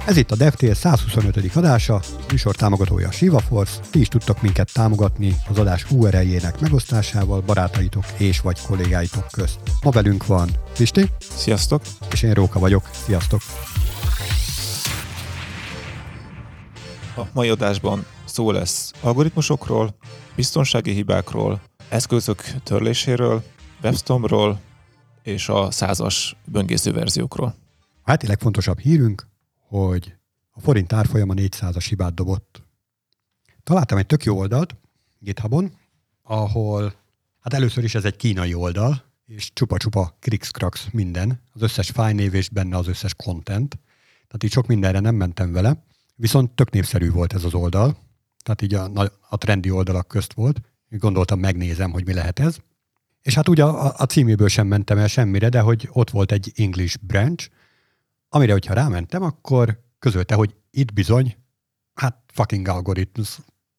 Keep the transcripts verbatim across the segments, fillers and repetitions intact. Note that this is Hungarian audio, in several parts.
Ez itt a DevTales százhuszonötödik adása, műsor támogatója a Shiva Force, ti is tudtok minket támogatni az adás u er el-jének megosztásával barátaitok és vagy kollégáitok közt. Ma velünk van Pisti. Sziasztok! És én Róka vagyok. Sziasztok! A mai adásban szó lesz algoritmusokról, biztonsági hibákról, eszközök törléséről, WebStormról és a százas böngésző verziókról. A heti legfontosabb hírünk, hogy a forint árfolyama négyszázas hibát dobott. Találtam egy tök jó oldalt GitHubon, ahol hát először is ez egy kínai oldal, és csupa-csupa krikszkraks minden, az összes fájlnév és benne az összes content. Tehát így sok mindenre nem mentem vele, viszont tök népszerű volt ez az oldal, tehát így a, a trendi oldalak közt volt, gondoltam megnézem, hogy mi lehet ez. És hát ugye a, a címéből sem mentem el semmire, de hogy ott volt egy English branch, amire, hogyha rámentem, akkor közölte, hogy itt bizony, hát fucking algoritmus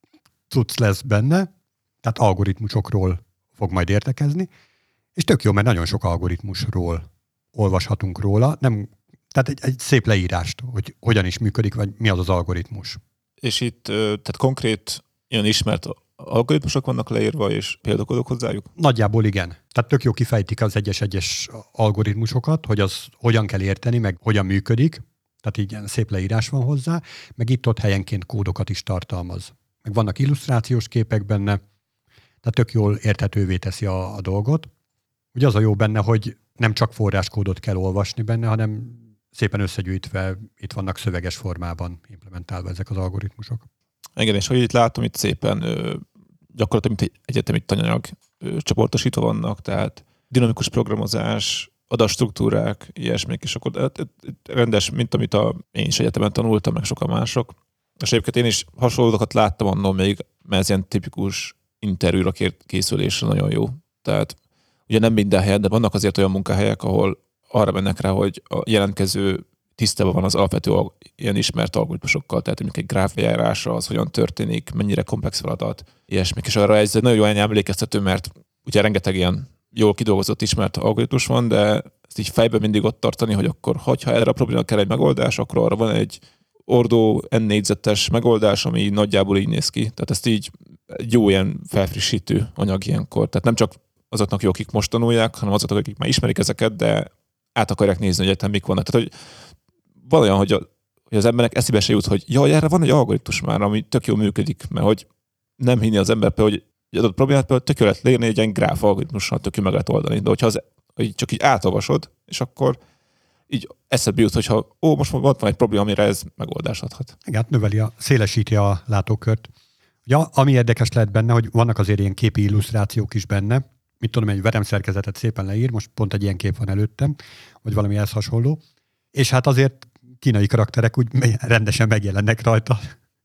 cucc lesz benne, tehát algoritmusokról fog majd értekezni, és tök jó, mert nagyon sok algoritmusról olvashatunk róla, nem, tehát egy, egy szép leírást, hogy hogyan is működik, vagy mi az az algoritmus. És itt tehát konkrét ilyen ismert algoritmusok vannak leírva, és példák adok hozzájuk? Nagyjából igen. Tehát tök jó kifejtik az egyes-egyes algoritmusokat, hogy az hogyan kell érteni, meg hogyan működik. Tehát így ilyen szép leírás van hozzá, meg itt-ott helyenként kódokat is tartalmaz. Meg vannak illusztrációs képek benne, tehát tök jól érthetővé teszi a, a dolgot. Ugye az a jó benne, hogy nem csak forráskódot kell olvasni benne, hanem szépen összegyűjtve itt vannak szöveges formában implementálva ezek az algoritmusok. Igen, és hogy itt látom, itt szépen ö, gyakorlatilag mint egy egyetemi tananyag ö, csoportosítva vannak, tehát dinamikus programozás, adatstruktúrák, ilyesmik, és akkor ö, ö, rendes, mint amit a, én is egyetemen tanultam, meg sokan mások. És egyébként én is hasonlókat láttam annól még, mert ez ilyen tipikus interjúra készülésre nagyon jó. Tehát ugye nem minden helyen, de vannak azért olyan munkahelyek, ahol arra mennek rá, hogy a jelentkező tisztában van az alapvető ilyen ismert algoritmusokkal, tehát mondjuk egy gráfjárása, az hogyan történik, mennyire komplex feladat, ilyesmik. És arra ez egy nagyon jó emlékeztető, mert ugye rengeteg ilyen jól kidolgozott ismert algoritmus van, de ezt így fejben mindig ott tartani, hogy akkor, hogyha erre a problémára kell egy megoldás, akkor arra van egy Ordó N négyzetes megoldás, ami nagyjából így néz ki. Tehát ezt így egy jó ilyen felfrissítő anyag ilyenkor. Tehát nem csak azoknak jó, akik most tanulják, hanem azoknak, akik már ismerik ezeket, de át akarják nézni, hogy egyetem mik vannak. Tehát, hogy van olyan, hogy, a, hogy az embernek eszébe se jut, hogy jaj, erre van egy algoritmus már, ami tök jól működik, mert hogy nem hinni az ember például, hogy egy adott problémát például tök jól lehet leírni, egy ilyen gráf algoritmussal tök jól meg lehet oldani. De hogyha az, hogy csak így átolvasod, és akkor így eszedbe jut, hogyha ó, most van egy probléma, amire ez megoldást adhat. Igen, hát növeli a, szélesíti a látókört. Ugye, ami érdekes lehet benne, hogy vannak azért ilyen képi illusztrációk is benne. Mit tudom, egy veremszerkezetet szépen leír, most pont egy ilyen kép van előttem, vagy valami ehhez hasonló. És hát azért kínai karakterek úgy rendesen megjelennek rajta.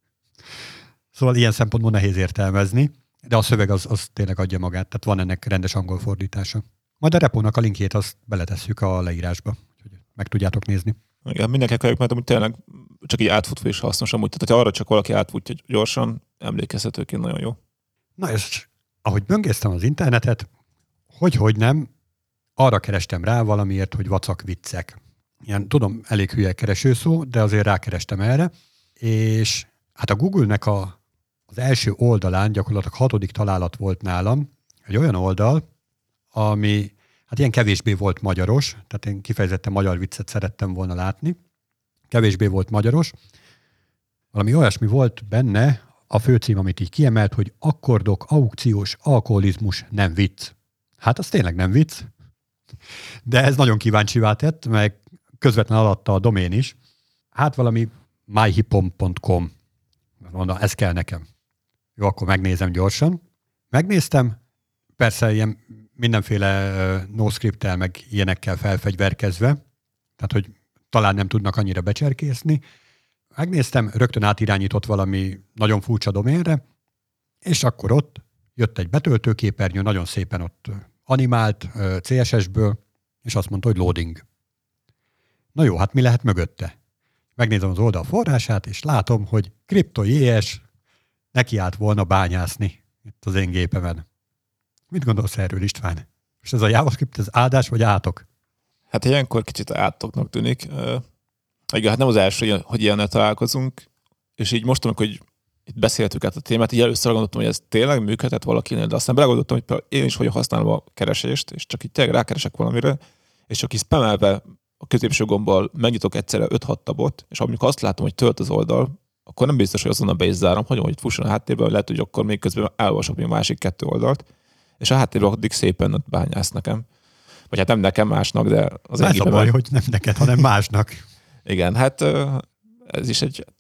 Szóval ilyen szempontból nehéz értelmezni, de a szöveg az, az tényleg adja magát, tehát van ennek rendes angol fordítása. Majd a repónak a linkjét azt beletesszük a leírásba, hogy meg tudjátok nézni. Igen, mindenki akarjuk, mert amúgy tényleg csak így átfutva is hasznos amúgy. Tehát, ha arra csak valaki átfutja gyorsan, emlékezhetőként nagyon jó. Na és ahogy böngésztem az internetet, hogy-hogy nem, arra kerestem rá valamiért, hogy vacak viccek. Ilyen, tudom, elég hülye keresőszó, de azért rákerestem erre, és hát a Google-nek a, az első oldalán gyakorlatilag hatodik találat volt nálam, egy olyan oldal, ami hát ilyen kevésbé volt magyaros, tehát én kifejezetten magyar viccet szerettem volna látni, kevésbé volt magyaros, valami olyasmi volt benne, a főcím, amit így kiemelt, hogy akkordok, aukciós, alkoholizmus, nem vicc. Hát az tényleg nem vicc, de ez nagyon kíváncsivá tett, meg közvetlen alatta a domén is. Hát valami my hiphop pont com. Mondom, ez kell nekem. Jó, akkor megnézem gyorsan. Megnéztem, persze ilyen mindenféle uh, no-script-tel, meg ilyenekkel felfegyverkezve, tehát hogy talán nem tudnak annyira becserkészni. Megnéztem, rögtön átirányított valami nagyon furcsa doménre, és akkor ott jött egy betöltőképernyő, nagyon szépen ott animált uh, cé es es-ből, és azt mondta, hogy loading. Na jó, hát mi lehet mögötte? Megnézem az oldal forrását, és látom, hogy Crypto.js neki állt volna bányászni itt az én gépemen. Mit gondolsz erről, István? És ez a JavaScript, ez áldás vagy átok? Hát ilyenkor kicsit átoknak tűnik. Igen, hát nem az első, hogy ilyennel találkozunk, és így most, amikor így itt beszéltük át a témát, így először gondoltam, hogy ez tényleg működhet valakinél, de aztán belegondoltam, hogy én is hogy használom a keresést, és csak így tényleg rákeresek valamire, és csak így spamelve a középső gombbal megnyitok egyszerre öt-hat tabot, és amikor azt látom, hogy tölt az oldal, akkor nem biztos, hogy azonnal be is zárom, hagyom, hogy fusson a háttérben, lehet, hogy akkor még közben elolvasok még a másik kettő oldalt, és a háttérben addig szépen ott bányász nekem. Vagy hát nem nekem, másnak, de az Ez a baj, hogy nem neked, hanem másnak. Igen, hát ez is egy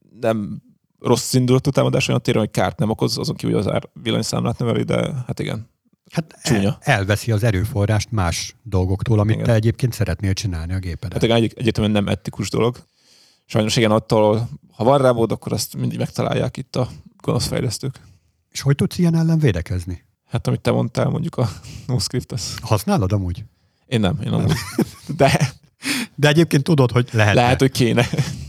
nem rossz indulatú támadás, olyan téren, hogy kárt nem okoz, azon kívül az ár villanyszámlát növeli, de hát igen. Hát el, elveszi az erőforrást más dolgoktól, amit igen. te egyébként szeretnél csinálni a gépedet. Hát igen, egy, egyébként nem etikus dolog. Sajnos igen, attól, ha van rá mód, akkor azt mindig megtalálják itt a gonosz fejlesztők. És hogy tudsz ilyen ellen védekezni? Hát amit te mondtál, mondjuk a NoScript az. Használod amúgy? Én nem, én amúgy. De... De egyébként tudod, hogy lehet. Lehet, hogy kéne.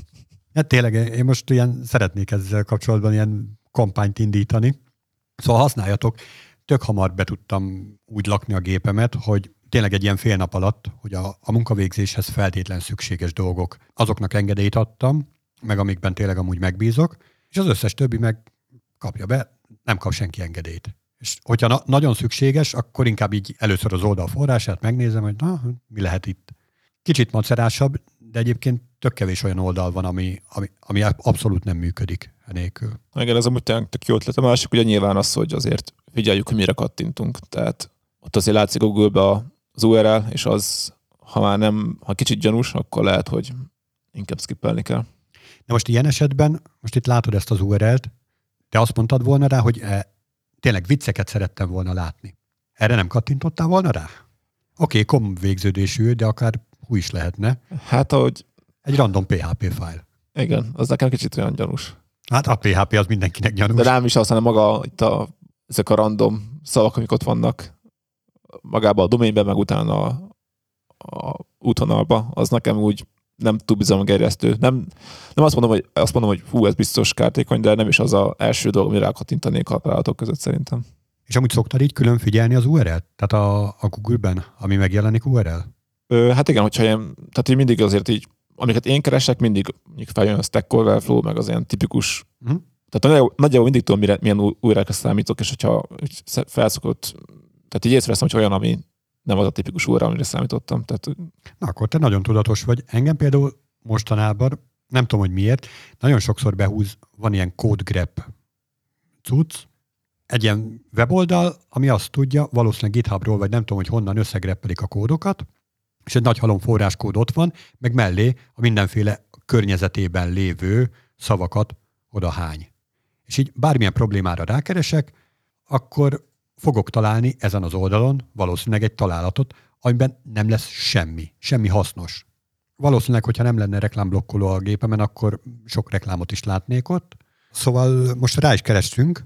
Hát tényleg, én most ilyen szeretnék ezzel kapcsolatban ilyen kampányt indítani. Szóval használjatok. Tök hamar be tudtam úgy lakni a gépemet, hogy tényleg egy ilyen fél nap alatt, hogy a, a munkavégzéshez feltétlen szükséges dolgok, azoknak engedélyt adtam, meg amikben tényleg amúgy megbízok, és az összes többi meg kapja be, nem kap senki engedélyt. És hogyha na- nagyon szükséges, akkor inkább így először az oldal forrását megnézem, hogy na, mi lehet itt. Kicsit macerásabb, de egyébként tök kevés olyan oldal van, ami, ami, ami abszolút nem működik enélkül. Igen, ez amúgy tök jó ötlet. A másik ugye nyilván az, hogy azért figyeljük, hogy mire kattintunk. Tehát ott azért látszik Google-be az u er el, és az, ha már nem, ha kicsit gyanús, akkor lehet, hogy inkább skippelni kell. De most ilyen esetben, most itt látod ezt az u er el-t, te azt mondtad volna rá, hogy e, tényleg vicceket szerettem volna látni. Erre nem kattintottál volna rá? Oké, okay, kom végződésű, de akár hú is lehetne. Hát, ahogy... Egy random pé há pé fájl. Igen, az nekem kicsit olyan gyanús. Hát a pé há pé az mindenkinek gyanús. De nem is az, hanem maga itt a, ezek a random szavak, amik ott vannak magában a domainben, meg utána a, a útvonalba, az nekem úgy nem túl bizalomgerjesztő. Nem, nem azt mondom, hogy, azt mondom, hogy hú, ez biztos kártékony, de nem is az az első dolog, amire rákattintanék a találatok között szerintem. És amúgy szoktad így külön figyelni az u er el-t? Tehát a, a Google-ben, ami megjelenik u er el? Ö, hát igen, hogyha én, tehát én mindig azért így, amiket én keresek, mindig feljön a Stack Overflow, meg az ilyen tipikus. Mm. Tehát nagyjából, nagyjából mindig tudom, mire, milyen u er el-re számítok, és hogyha felszokott, tehát így észreveszem, hogy olyan, ami nem az a tipikus u er el, amire számítottam. Tehát... Na akkor te nagyon tudatos vagy. Engem például mostanában, nem tudom, hogy miért, nagyon sokszor behúz, van ilyen CodeGrep cucc, egy ilyen weboldal, ami azt tudja, valószínűleg GitHubról, vagy nem tudom, hogy honnan összegreppelik a kódokat, és egy nagy halom forráskód ott van, meg mellé a mindenféle környezetében lévő szavakat oda hány. És így bármilyen problémára rákeresek, akkor fogok találni ezen az oldalon valószínűleg egy találatot, amiben nem lesz semmi, semmi hasznos. Valószínűleg, hogyha nem lenne reklámblokkoló a gépemen, akkor sok reklámot is látnék ott. Szóval most rá is kerestünk,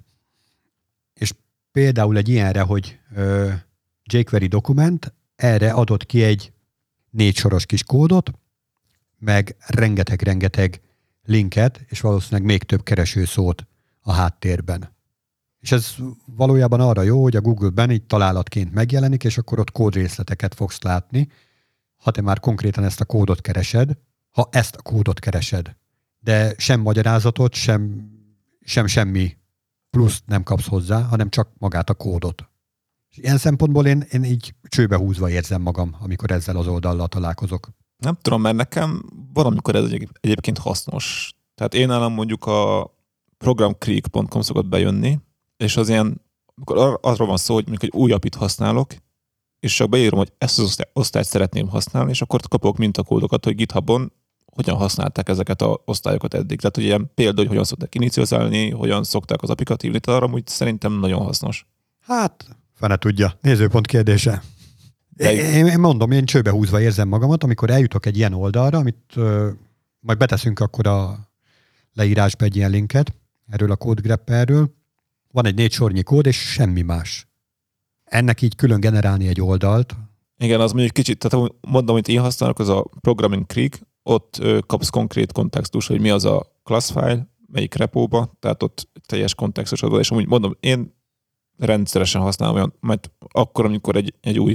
és például egy ilyenre, hogy ö, jQuery dokument, erre adott ki egy négy soros kis kódot, meg rengeteg-rengeteg linket, és valószínűleg még több keresőszót a háttérben. És ez valójában arra jó, hogy a Google-ben így találatként megjelenik, és akkor ott kódrészleteket fogsz látni, ha te már konkrétan ezt a kódot keresed, ha ezt a kódot keresed. De sem magyarázatot, sem, sem semmi pluszt nem kapsz hozzá, hanem csak magát a kódot. És ilyen szempontból én, én így csőbe húzva érzem magam, amikor ezzel az oldallal találkozok. Nem tudom, mert nekem valamikor ez egy, egyébként hasznos. Tehát én nálam mondjuk a programcreek pont com szokott bejönni, és az ilyen, amikor arról van szó, hogy mondjuk egy új apit használok, és csak beírom, hogy ezt az osztályt szeretném használni, és akkor kapok mintakódokat, hogy GitHubon hogyan használták ezeket az osztályokat eddig. Tehát, hogy ilyen példa, hogy hogyan szokták inicializálni, hogyan szokták az apikat hívni, tehát arra úgy szerintem nagyon hasznos. Hát, fene tudja. Nézőpont kérdése. De én, én mondom, én csőbe húzva érzem magamat, amikor eljutok egy ilyen oldalra, amit ö, majd beteszünk akkor a leírásba egy ilyen linket, erről a CodeGrepperről. Van egy négy sornyi kód, és semmi más. Ennek így külön generálni egy oldalt. Igen, az mondjuk kicsit, tehát mondom, amit én használok, az a Programming Creek, ott ö, kapsz konkrét kontextus, hogy mi az a class file, melyik repóba, tehát ott teljes kontextus adva, és amúgy mondom, én rendszeresen használom olyan, mert akkor, amikor egy, egy új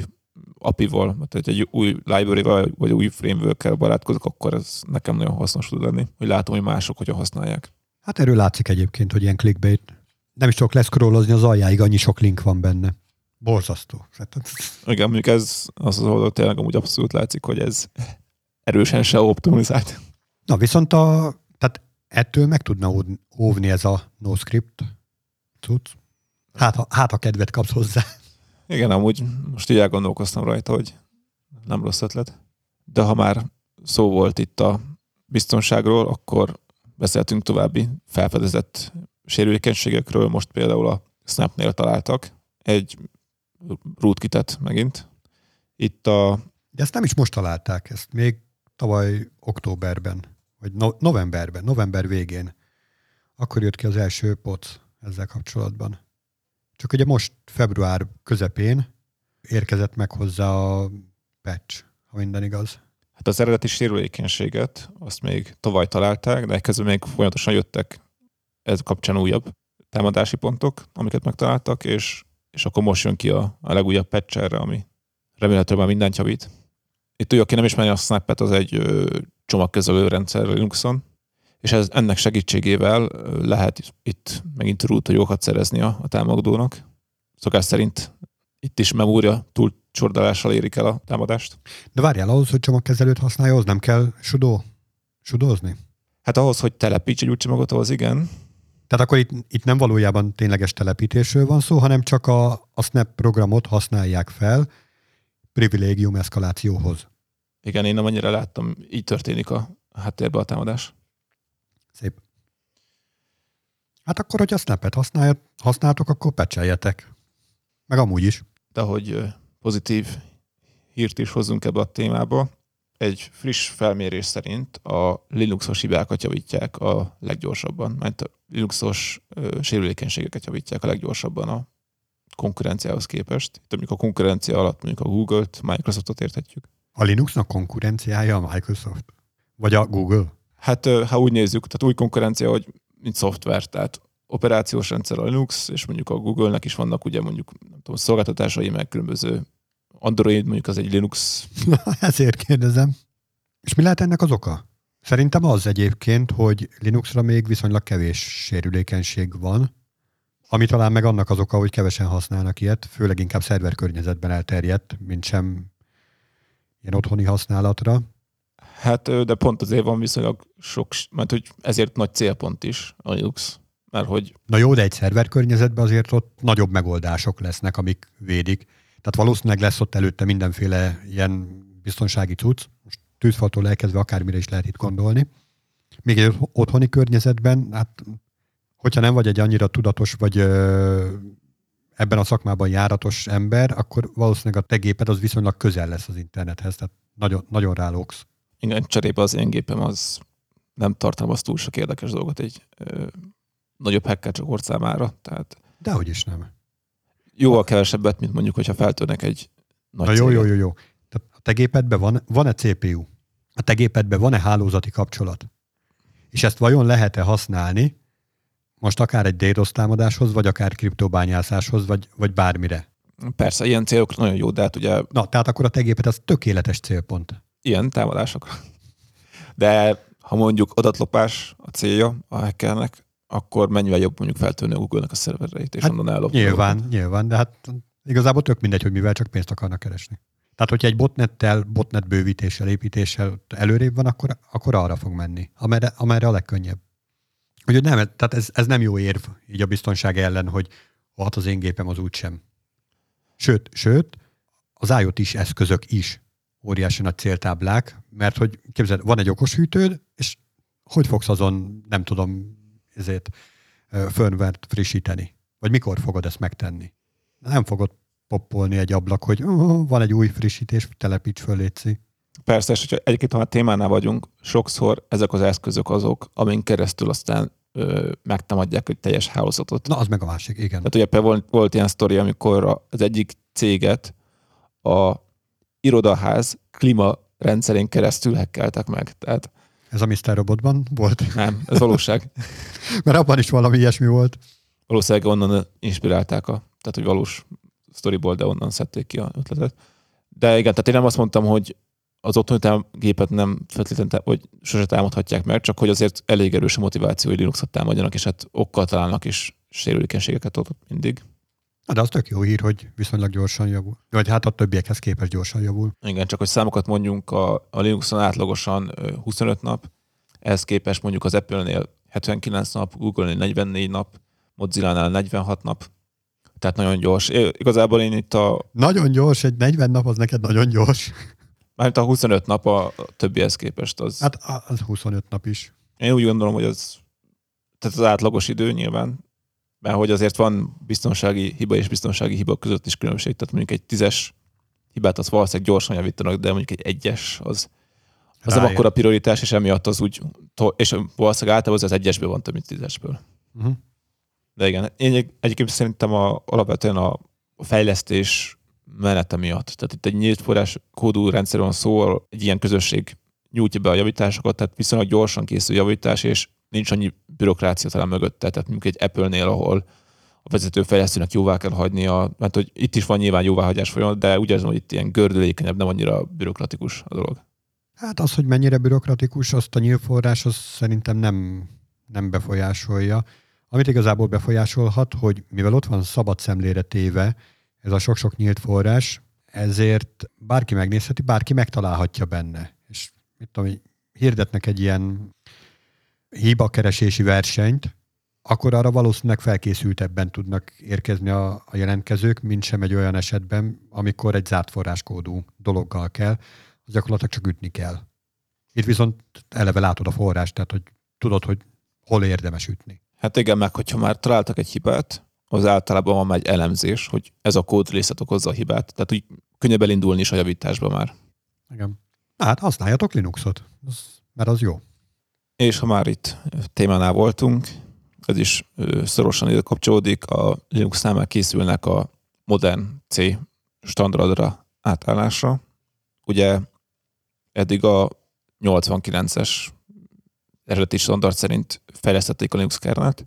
á pé i-val, tehát egy új library-val, vagy új framework-kel barátkozok, akkor ez nekem nagyon hasznos tud lenni, hogy látom, hogy mások hogyan használják. Hát erről látszik egyébként, hogy ilyen clickbait. Nem is tudok leszkrollozni az aljáig, annyi sok link van benne. Borzasztó. Igen, mondjuk ez az az oldal tényleg amúgy abszolút látszik, hogy ez erősen se optimalizált. Na viszont a, tehát ettől meg tudna óvni ez a NoScript cucc. Hát, ha, hát a kedvet kapsz hozzá. Igen, amúgy most így elgondolkoztam rajta, hogy nem rossz ötlet. De ha már szó volt itt a biztonságról, akkor beszéltünk további felfedezett sérülékenységekről. Most például a Snapnél találtak egy rootkit megint. Itt a... De ezt nem is most találták, ezt még tavaly októberben, vagy no- novemberben, november végén. Akkor jött ki az első poc ezzel kapcsolatban. Csak ugye most február közepén érkezett meg hozzá a patch, ha minden igaz. Hát az eredeti sérülékenységet azt még tavaly találták, de közben még folyamatosan jöttek ez kapcsán újabb támadási pontok, amiket megtaláltak, és, és akkor most jön ki a, a legújabb patch erre, ami remélhetőleg már mindent javít. Itt úgy, aki nem ismeri a Snap-et, az egy ö, csomagkezelő rendszer Linuxon, és ez, ennek segítségével lehet itt megint root-jogokat szerezni a, a támogatónak. Szokás szerint itt is memória túlcsordalással érik el a támadást. De várjál, ahhoz, hogy csomagkezelőt használja, az nem kell sudo, sudozni? Hát ahhoz, hogy telepíts egy új csomagot, az igen. Tehát akkor itt, itt nem valójában tényleges telepítésről van szó, hanem csak a, a Snap programot használják fel privilégium eszkalációhoz. Igen, én nem annyira láttam, így történik a háttérben a támadás. Szép. Hát akkor, hogy a Snap-et használ, használtok, akkor pecseljetek. Meg amúgy is. De hogy pozitív hírt is hozzunk ebbe a témába, egy friss felmérés szerint a Linuxos hibákat javítják a leggyorsabban, mert a Linuxos ö, sérülékenységeket javítják a leggyorsabban a konkurenciához képest. Itt mondjuk a konkurencia alatt mondjuk a Google-t, Microsoftot érthetjük. A Linuxnak konkurenciája a Microsoft? Vagy a Google? Hát ha úgy nézzük, tehát új konkurencia, hogy mint szoftver, tehát operációs rendszer a Linux, és mondjuk a Google-nek is vannak ugye mondjuk nem tudom, szolgáltatásai, meg különböző Android, mondjuk az egy Linux. Ezért kérdezem. És mi lehet ennek az oka? Szerintem az egyébként, hogy Linuxra még viszonylag kevés sérülékenység van, ami talán meg annak az oka, hogy kevesen használnak ilyet, főleg inkább szerverkörnyezetben elterjedt, mint sem ilyen otthoni használatra. Hát, de pont azért van viszonylag sok, mert hogy ezért nagy célpont is a Linux. Mert hogy... Na jó, de egy szerverkörnyezetben azért ott nagyobb megoldások lesznek, amik védik. Tehát valószínűleg lesz ott előtte mindenféle ilyen biztonsági cucc, most tűzfaltól elkezdve akármire is lehet itt gondolni. Még egy otthoni környezetben, hát hogyha nem vagy egy annyira tudatos, vagy ö, ebben a szakmában járatos ember, akkor valószínűleg a te géped az viszonylag közel lesz az internethez, tehát nagyon, nagyon rálógsz. Igen, cserébe az én gépem az nem tartalmaz túl sok érdekes dolgot egy ö, nagyobb hacker csoport számára. Tehát dehogy is nem. Jóval kevesebbet, mint mondjuk, hogyha feltörnek egy nagy Na jó, jó, jó, jó. Tehát a te gépedben van, van-e cé pé u? A te gépedben van-e hálózati kapcsolat? És ezt vajon lehet-e használni most akár egy DDoS támadáshoz, vagy akár kriptóbányászáshoz, vagy, vagy bármire? Persze, ilyen célokra nagyon jó, de hát ugye... Na, tehát akkor a te géped az tökéletes célpont. Ilyen támadásokra. De ha mondjuk adatlopás a célja a hackernek, akkor mennyivel jobb mondjuk feltörni a Google-nek a szervereit, és hát onnan ellopni. Nyilván, dolgokat. nyilván, de hát igazából tök mindegy, hogy mivel csak pénzt akarnak keresni. Tehát, hogyha egy botnettel, botnet bővítéssel, építéssel előrébb van, akkor, akkor arra fog menni, amerre, amerre a legkönnyebb. Úgyhogy nem, tehát ez, ez nem jó érv így a biztonság ellen, hogy hát az én gépem az úgysem. Sőt, sőt, az IoT-s eszközök is óriási nagy céltáblák, mert hogy képzeld, van egy okos hűtőd, és hogy fogsz azon, nem tudom, ezért firmware-t frissíteni? Vagy mikor fogod ezt megtenni? Nem fogod poppolni egy ablak, hogy uh, van egy új frissítés, telepíts föl, létszi. Persze, és hogyha egyébként, ha a témánál vagyunk, sokszor ezek az eszközök azok, amin keresztül aztán ö, megtámadják egy teljes hálózatot. Na, az meg a másik, igen. Tehát ugye például volt, volt ilyen sztori, amikor az egyik céget a irodaház klímarendszerén keresztül hackeltek meg. Tehát ez a miszter Robotban volt? Nem, ez valóság. Mert abban is valami ilyesmi volt. Valószínűleg onnan inspirálták a, tehát hogy valós storyból, de onnan szedték ki a ötletet. De igen, tehát én nem azt mondtam, hogy az otthoni gépet nem feltétlenül, vagy sose támadhatják meg, csak hogy azért elég erős a motiváció, hogy Linuxot támadjanak, és hát okkal találnak is sérülékenységeket ott mindig. De az tök jó hír, hogy viszonylag gyorsan javul. Vagy hát a többiekhez képest gyorsan javul. Igen, csak hogy számokat mondjunk, a, a Linuxon átlagosan huszonöt nap, ehhez képest mondjuk az Apple-nél hetvenkilenc nap, Google-nél negyvennégy nap, Mozilla-nál negyvenhat nap. Tehát nagyon gyors. É, igazából én itt a... Nagyon gyors, egy negyven nap az neked nagyon gyors. Mármint a huszonöt nap a többihez képest az... Hát az huszonöt nap is. Én úgy gondolom, hogy az, tehát az átlagos idő nyilván, mert hogy azért van biztonsági hiba és biztonsági hiba között is különbség. Tehát mondjuk egy tízes hibát az valószínűleg gyorsan javítanak, de mondjuk egy egyes az, az nem akkora prioritás, és emiatt az úgy, és valószínűleg általában az egyesből van több, mint tízesből. Uh-huh. De igen, én egyébként szerintem a, alapvetően a fejlesztés menete miatt. Tehát itt egy nyílt forrás kódú rendszer van szó, egy ilyen közösség nyújtja be a javításokat, tehát viszonylag gyorsan készül javítás, és nincs annyi bürokrácia talán mögötte. Tehát mondjuk egy Apple-nél, ahol a vezető fejlesztőnek jóvá kell hagynia, mert hogy itt is van nyilván jóváhagyás folyamat, de úgy érzem, hogy itt ilyen gördülékenyebb, nem annyira bürokratikus a dolog. Hát az, hogy mennyire bürokratikus, azt a nyílt forrás az szerintem nem, nem befolyásolja. Amit igazából befolyásolhat, hogy mivel ott van szabad szemlére téve ez a sok-sok nyílt forrás, ezért bárki megnézheti, bárki megtalálhatja benne. És mit tudom, hirdetnek egy ilyen hibakeresési versenyt, akkor arra valószínűleg felkészültebben tudnak érkezni a, a jelentkezők, mint sem egy olyan esetben, amikor egy zárt forráskódú dologgal kell, az gyakorlatilag csak ütni kell. Itt viszont eleve látod a forrást, tehát hogy tudod, hogy hol érdemes ütni. Hát igen, meg hogyha már találtak egy hibát, az általában van már egy elemzés, hogy ez a kód részlet okozza a hibát, tehát úgy könnyebb elindulni is a javításba már. Igen. Hát használjatok Linuxot, az, mert az jó. És ha már itt témánál voltunk, ez is szorosan ide kapcsolódik, a Linux-nál már készülnek a modern C standardra átállásra. Ugye eddig a nyolcvankilences eredeti standard szerint fejlesztették a Linux kernelt,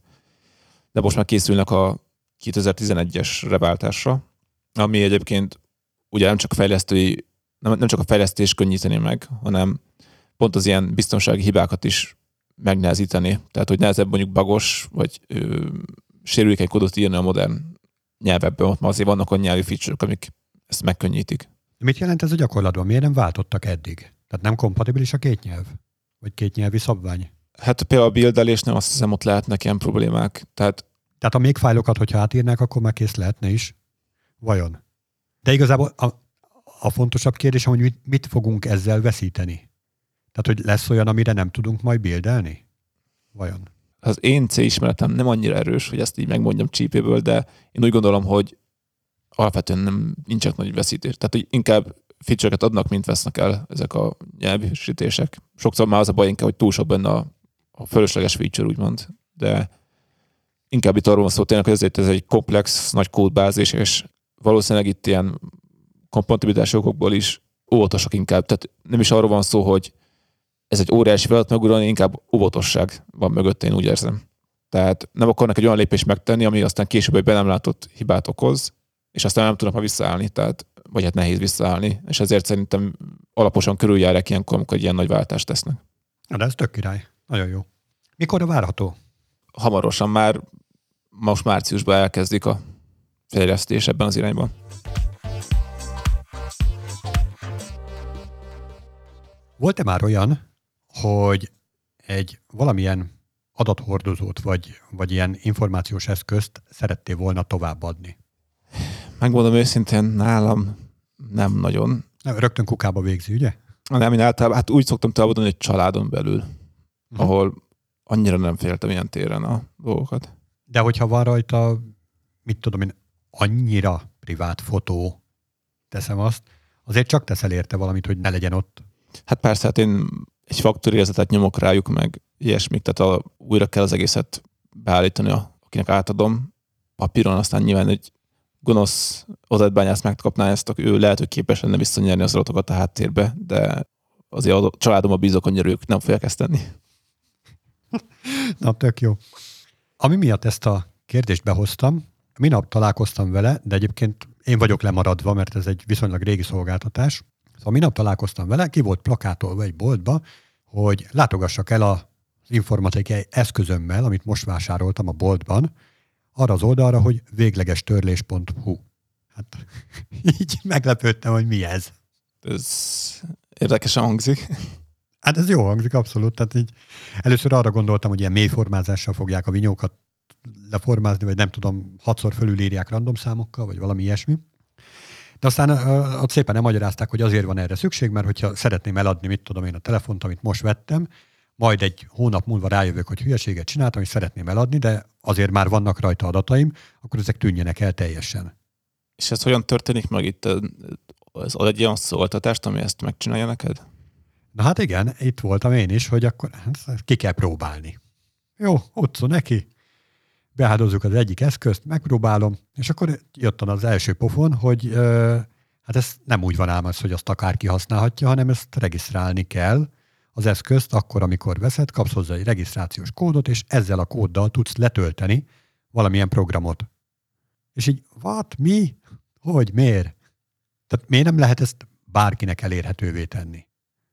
de most már készülnek a kétezer-tizenegyesre váltásra, ami egyébként ugye nem csak a fejlesztői, nem, nem csak a fejlesztés könnyíteni meg, hanem pont az ilyen biztonsági hibákat is megnehezíteni. Tehát, hogy nehezebb mondjuk bagos, vagy ö, sérülékeny kódot írni a modern nyelvekben, ott ma azért vannak olyan nyelvi feature-ok, amik ezt megkönnyítik. Mit jelent ez a gyakorlatban? Miért nem váltottak eddig? Tehát nem kompatibilis a két nyelv? Vagy két nyelvi szabvány? Hát például a buildelésnél azt hiszem, ott lehetnek ilyen problémák. Tehát, Tehát a még fájlokat, hogyha átírnák, akkor már kész lehetne is? Vajon? De igazából a, a fontosabb kérdés, hogy mit, mit fogunk ezzel veszíteni? Tehát, hogy lesz olyan, amire nem tudunk majd buildelni? Vajon? Az én C ismeretem nem annyira erős, hogy ezt így megmondjam csípéből, de én úgy gondolom, hogy alapvetően nem, nincsenek nagy veszítés. Tehát, hogy inkább feature-eket adnak, mint vesznek el ezek a nyelvűsítések. Sokszor már az a baj inkább, hogy túl sok benne a, a fölösleges feature, úgymond. De inkább itt arról van szó tényleg, hogy ezért ez egy komplex, nagy kódbázis, és valószínűleg itt ilyen kompatibilitási okokból is óvatosak inkább. Tehát nem is arról van szó, hogy ez egy óriási feladat megugrani, inkább óvatosság van mögötte, én úgy érzem. Tehát nem akarnak egy olyan lépést megtenni, ami aztán később egy be nem látott hibát okoz, és aztán nem tudnak már visszaállni, tehát, vagy hát nehéz visszaállni, és ezért szerintem alaposan körüljárják ilyenkor, amikor ilyen nagy váltást tesznek. Na, de ez tök király. Nagyon jó. Mikorra várható? Hamarosan már, most márciusban elkezdik a fejlesztés ebben az irányban. Volt-e már olyan, hogy egy valamilyen adathordozót, vagy, vagy ilyen információs eszközt szerettél volna továbbadni? Megmondom őszintén, nálam nem nagyon. Nem, rögtön kukába végzi, ugye? Nem, én általában, hát úgy szoktam továbbadni, hogy családon belül, uh-huh. ahol annyira nem féltem ilyen téren a dolgokat. De hogyha van rajta, mit tudom én, annyira privát fotó, teszem azt, azért csak teszel érte valamit, hogy ne legyen ott. Hát persze, hát én egy faktorérzetet nyomok rájuk, meg ilyesmik, tehát a, újra kell az egészet beállítani, a, akinek átadom papíron, aztán nyilván egy gonosz adatbányász megkapná ezt, ő lehet, hogy képes lenne visszanyerni az adatokat a háttérbe, de azért a családomba bízok, annyira ők nem fogják ezt tenni. Na, tök jó. Ami miatt ezt a kérdést behoztam, minap találkoztam vele, de egyébként én vagyok lemaradva, mert ez egy viszonylag régi szolgáltatás. Szóval minap találkoztam vele, ki volt plakátolva egy boltba, hogy látogassak el az informatikai eszközömmel, amit most vásároltam a boltban, arra az oldalra, hogy véglegestörlés pont hu. Hát így meglepődtem, hogy mi ez. Ez érdekesen hangzik. Hát ez jó hangzik, abszolút. Tehát így először arra gondoltam, hogy ilyen mélyformázással fogják a vinyókat leformázni, vagy nem tudom, hatszor fölülírják random számokkal, vagy valami ilyesmi. De aztán ott szépen elmagyarázták, hogy azért van erre szükség, mert hogyha szeretném eladni, mit tudom én, a telefont, amit most vettem, majd egy hónap múlva rájövök, hogy hülyeséget csináltam, és szeretném eladni, de azért már vannak rajta adataim, akkor ezek tűnjenek el teljesen. És ez hogyan történik meg itt? Ez ad egy olyan szolgáltatást, ami ezt megcsinálja neked? Na hát igen, itt voltam én is, hogy akkor ki kell próbálni. Jó, utcó neki. Beáldozzuk az egyik eszközt, megpróbálom, és akkor jött az első pofon, hogy ö, hát ez nem úgy van ám az, hogy azt akárki használhatja, hanem ezt regisztrálni kell az eszközt, akkor, amikor veszed, kapsz hozzá egy regisztrációs kódot, és ezzel a kóddal tudsz letölteni valamilyen programot. És így, what, mi? Hogy, miért? Tehát miért nem lehet ezt bárkinek elérhetővé tenni?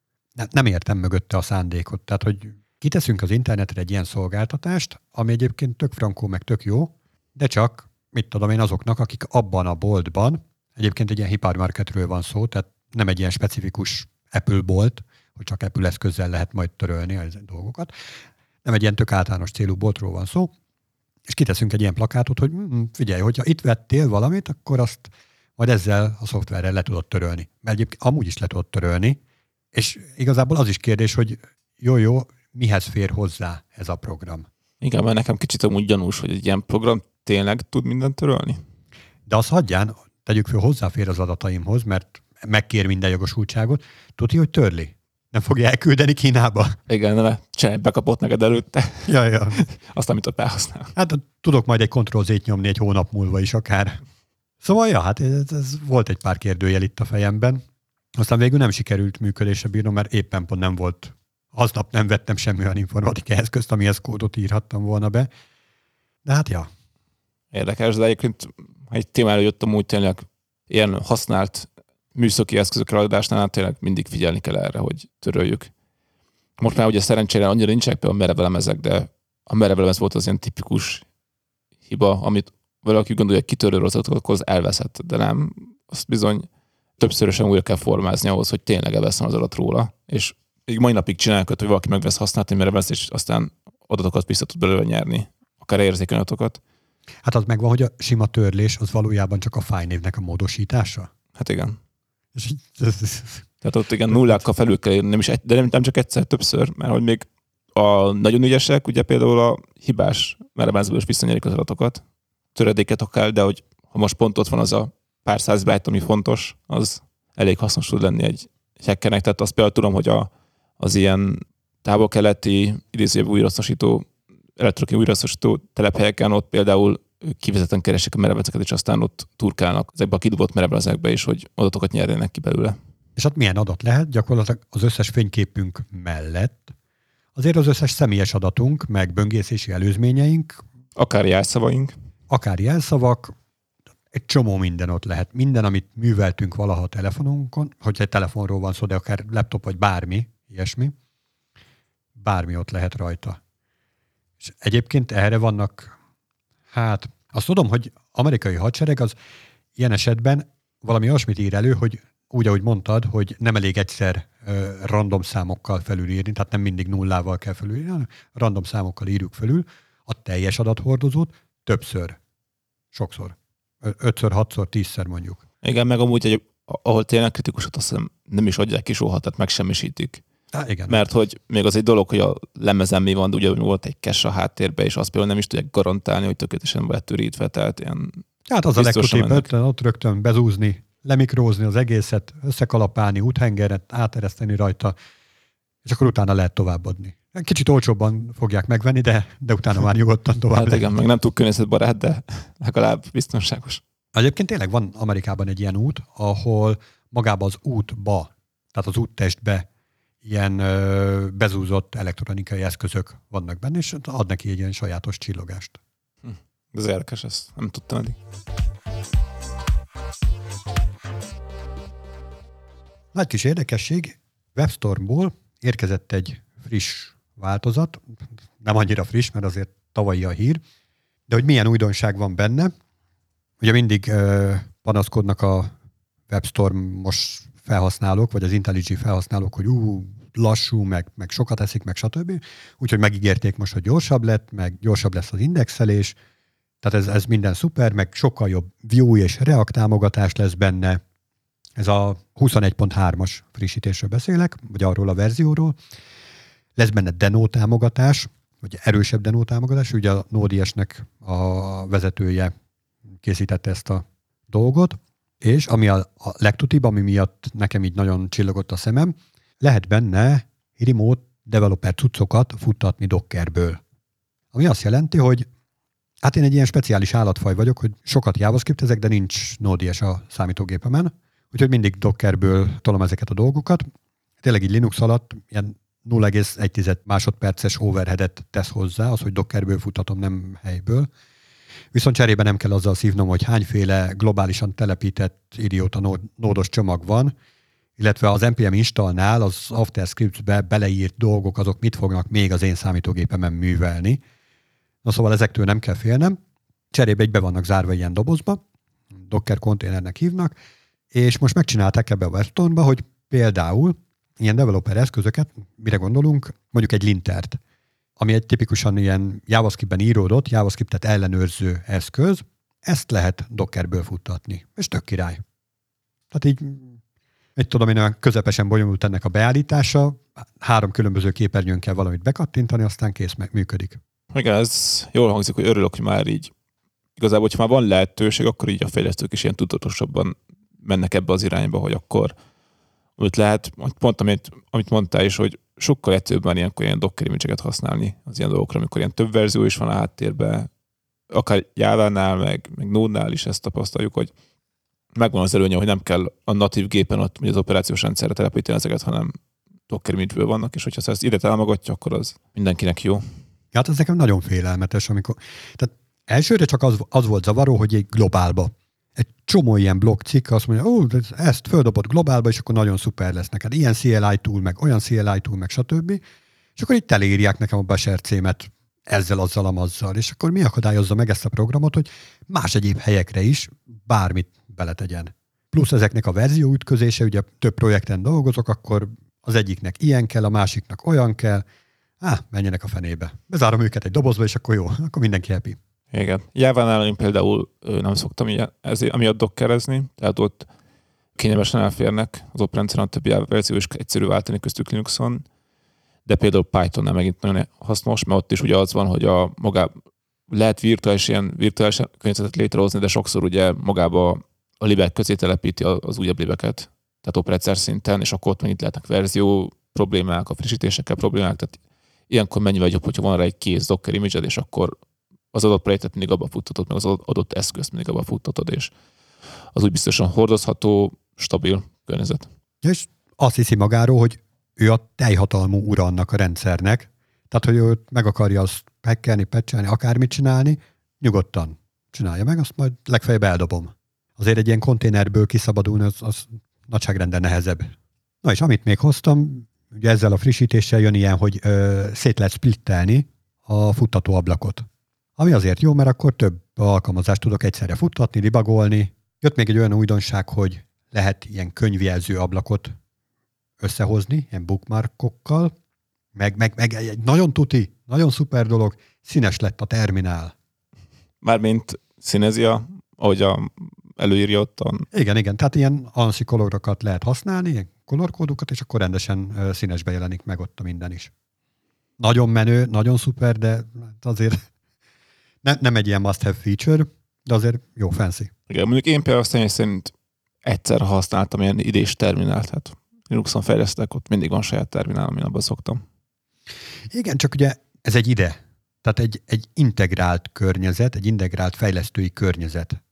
Nem értem mögötte a szándékot. Tehát, hogy kiteszünk az internetre egy ilyen szolgáltatást, ami egyébként tök frankó, meg tök jó, de csak, mit tudom én, azoknak, akik abban a boltban, egyébként egy ilyen hipermarketről van szó, tehát nem egy ilyen specifikus Apple bolt, hogy csak Apple eszközzel lehet majd törölni a dolgokat. Nem egy ilyen tök általános célú boltról van szó, és kiteszünk egy ilyen plakátot, hogy hm, figyelj, hogyha itt vettél valamit, akkor azt majd ezzel a szoftverrel le tudod törölni. Mert egyébként amúgy is le tudod törölni, és igazából az is kérdés, hogy jó-jó, mihez fér hozzá ez a program. Igen, mert nekem kicsit amúgy gyanús, hogy egy ilyen program tényleg tud mindent törölni. De azt hagyján, tegyük föl, hozzáfér az adataimhoz, mert megkér minden jogosultságot, tudja, hogy törli. Nem fogja elküldeni Kínába. Igen, mert csinálj bekapott neked előtte. Ja, ja. Azt, amit ott felhasznál. Hát tudok majd egy kontroll-Z-t nyomni egy hónap múlva is akár. Szóval, ja, hát ez, ez volt egy pár kérdőjel itt a fejemben. Aztán végül nem sikerült működésre bírnom, mert éppen pont nem volt. Aznap nem vettem semmi olyan informatikai eszközt, amihez kódot írhattam volna be. De hát, ja. Érdekes, de egyébként, ha egy témára jöttem, úgy tényleg ilyen használt műszaki eszközök eladásnál tényleg mindig figyelni kell erre, hogy töröljük. Most már ugye szerencsére annyira nincsenek például merevelemezek, de a merevelemez volt az ilyen tipikus hiba, amit valaki gondolja, hogy kitörő rozatot, akkor az elveszett, de nem. Azt bizony többszörösen újra kell formázni ahhoz, hogy tényleg elveszem az adat róla. És még mai napig csinálják, hogy valaki megvesz használni merevelemez, és aztán adatokat vissza tud belőle nyerni, akár érzékeny adatokat. Hát az megvan, hogy a sima törlés az valójában csak a fájlnévnek a módosítása? Hát igen. És így, ez, ez, Tehát ott igen, nullákkal felül kell írni, nem is egy, de nem, nem csak egyszer, többször, mert hogy még a nagyon ügyesek, ugye például a hibás merevelemezből is visszanyerik az adatokat, töredéket akár, de hogy ha most pont ott van az a pár száz byte, ami fontos, az elég hasznos tud lenni egy, egy hackernek. Tehát azt például tudom, hogy a, az ilyen távol-keleti idézőjebb újrahasznosító, elektronikai újrahasznosító telephelyeken ott például kivezetten keresik a merevelemezeket, és aztán ott turkálnak ezekbe a kidobott merevelemezekbe is, hogy adatokat nyerjenek ki belőle. És hát milyen adat lehet? Gyakorlatilag az összes fényképünk mellett azért az összes személyes adatunk, meg böngészési előzményeink, akár jelszavaink, akár jelszavak, egy csomó minden ott lehet. Minden, amit műveltünk valaha a telefonunkon, hogyha egy telefonról van szó, de akár laptop vagy bármi, ilyesmi, bármi ott lehet rajta. És egyébként erre vannak, hát azt tudom, hogy amerikai hadsereg az ilyen esetben valami olyasmit ír elő, hogy úgy, ahogy mondtad, hogy nem elég egyszer uh, random számokkal felülírni, tehát nem mindig nullával kell felülírni, hanem random számokkal írjuk felül a teljes adathordozót többször, sokszor, ötször, hatszor, tízszer mondjuk. Igen, meg amúgy, egy, ahol tényleg kritikusat, azt hiszem nem is adják ki soha, tehát megsemmisítik. Há, igen. Mert hogy még az egy dolog, hogy a lemezen mi van, de ugye volt egy cache a háttérben, és azt például nem is tudják garantálni, hogy tökéletesen lett törítve, tehát ilyen... Hát az a legkutébb ötlen, ott rögtön bezúzni, lemikrózni az egészet, összekalapálni, úthengeret, átereszteni rajta, és akkor utána lehet továbbadni. Kicsit olcsóbban fogják megvenni, de, de utána már nyugodtan tovább. Hát igen, meg nem túl környezetbarát, de legalább biztonságos. Egyébként tényleg van Amerikában egy ilyen út, ahol magában az útba, tehát az úttestbe ilyen ö, bezúzott elektronikai eszközök vannak benne, és ad neki egy ilyen sajátos csillogást. Hm. Ez érdekes, ezt nem tudtam eddig. Nagy kis érdekesség, WebStormból érkezett egy friss változat, nem annyira friss, mert azért tavalyi a hír, de hogy milyen újdonság van benne. Ugye mindig uh, panaszkodnak a WebStorm-os felhasználók, vagy az IntelliJ felhasználók, hogy ú, lassú, meg, meg sokat eszik, meg stb. Úgyhogy megígérték most, hogy gyorsabb lett, meg gyorsabb lesz az indexelés, tehát ez, ez minden szuper, meg sokkal jobb Vue és React támogatás lesz benne. Ez a huszonegy pont hármas frissítésről beszélek, vagy arról a verzióról. Lesz benne Deno támogatás, vagy erősebb Deno támogatás. Ugye a Node.js-nek a vezetője készítette ezt a dolgot, és ami a, a legtutibb, ami miatt nekem így nagyon csillogott a szemem, lehet benne remote developer cuccokat futtatni Dockerből. Ami azt jelenti, hogy hát én egy ilyen speciális állatfaj vagyok, hogy sokat JavaScript-ezek, de nincs Node.js a számítógépemen, úgyhogy mindig Dockerből tolom ezeket a dolgokat. Tényleg így Linux alatt ilyen nulla egész egy másodperces overheadet tesz hozzá, az, hogy Dockerből futtatom, nem helyből. Viszont cserébe nem kell azzal szívnom, hogy hányféle globálisan telepített idióta nódos csomag van, illetve az en pé em installnál az AfterScripts-be beleírt dolgok, azok mit fognak még az én számítógépemen művelni. Na szóval ezektől nem kell félnem. Cserébe egy be vannak zárva ilyen dobozba, Docker konténernek hívnak, és most megcsinálták ebbe a WebStormba, hogy például ilyen developer eszközöket, mire gondolunk, mondjuk egy lintert, ami egy tipikusan ilyen JavaScript-ben íródott, JavaScript-et ellenőrző eszköz, ezt lehet Dockerből futtatni, és tök király. Tehát így, egy tudom én, olyan közepesen bonyolult ennek a beállítása, három különböző képernyőn kell valamit bekattintani, aztán kész, meg működik. Igen, ez jól hangzik, hogy örülök, hogy már így igazából, hogyha már van lehetőség, akkor így a fejlesztők is ilyen tudatosabban mennek ebbe az irányba, hogy akkor amit lehet, pont amit, amit mondtál is, hogy sokkal egyszerűbb már ilyenkor ilyen Docker image-eket használni az ilyen dolgokra, amikor ilyen több verzió is van a háttérben, akár Java-nál, meg, meg Node-nál is ezt tapasztaljuk, hogy megvan az előnye, hogy nem kell a natív gépen ott az operációs rendszerre telepíteni ezeket, hanem Docker image-ből vannak, és hogyha ezt ide támogatja, akkor az mindenkinek jó. Hát ez nekem nagyon félelmetes, amikor... Tehát elsőre csak az, az volt zavaró, hogy egy globálba. Egy csomó ilyen blokkcikk azt mondja, ó, ezt földobott globálba, és akkor nagyon szuper lesz neked. Ilyen cé el i tool, meg olyan cé el i tool, meg stb. És akkor itt elírják nekem a basher címet ezzel, azzal, amazzal. És akkor mi akadályozza meg ezt a programot, hogy más egyéb helyekre is bármit beletegyen. Plusz ezeknek a verzió ütközése, ugye több projekten dolgozok, akkor az egyiknek ilyen kell, a másiknak olyan kell. Á, menjenek a fenébe. Bezárom őket egy dobozba, és akkor jó, akkor mindenki happy. Igen. Jávánál én például nem szoktam ilyen, ezért, amiatt dockerezni, tehát ott kényelmesen elférnek az operandrendszeren, a többi Java verzió is egyszerű váltani köztük Linuxon, de például Pythonnál megint nagyon hasznos, mert ott is ugye az van, hogy a magá lehet virtuális, ilyen virtuális környezetet létrehozni, de sokszor ugye magába a libek közé telepíti az újabb libeket, tehát operációs szinten, és akkor ott megint lehetnek verzió problémák, a frissítésekkel problémák, tehát ilyenkor mennyivel jobb, hogyha van rá egy kész Docker image-ed, és akkor az adott projektet mindig abba futtatod, meg az adott eszközt mindig abba futtatod, és az úgy biztosan hordozható, stabil környezet. És azt hiszi magáról, hogy ő a teljhatalmú ura annak a rendszernek, tehát, hogy ő meg akarja azt hackelni, patchelni, akármit csinálni, nyugodtan csinálja meg, azt majd legfeljebb eldobom. Azért egy ilyen konténerből kiszabadulni, az, az nagyságrenden nehezebb. Na és amit még hoztam, ugye ezzel a frissítéssel jön ilyen, hogy ö, szét lehet splittelni a futtató ablakot. Ami azért jó, mert akkor több alkalmazást tudok egyszerre futtatni, debugolni. Jött még egy olyan újdonság, hogy lehet ilyen könyvjelző ablakot összehozni, ilyen bookmarkokkal, meg, meg, meg egy nagyon tuti, nagyon szuper dolog, színes lett a terminál. Mármint színezia, ahogy a, előírja ott a... Igen, igen, tehát ilyen ANSI kolorokat lehet használni, ilyen kolorkódokat, és akkor rendesen uh, színesbe jelenik meg ott a minden is. Nagyon menő, nagyon szuper, de azért ne, nem egy ilyen must-have feature, de azért jó, fancy. Igen, mondjuk én például személy szerint egyszer használtam ilyen idés terminált, tehát Linuxon fejlesztek, ott mindig van saját terminál, amin abban szoktam. Igen, csak ugye ez egy ide. Tehát egy, egy integrált környezet, egy integrált fejlesztői környezet.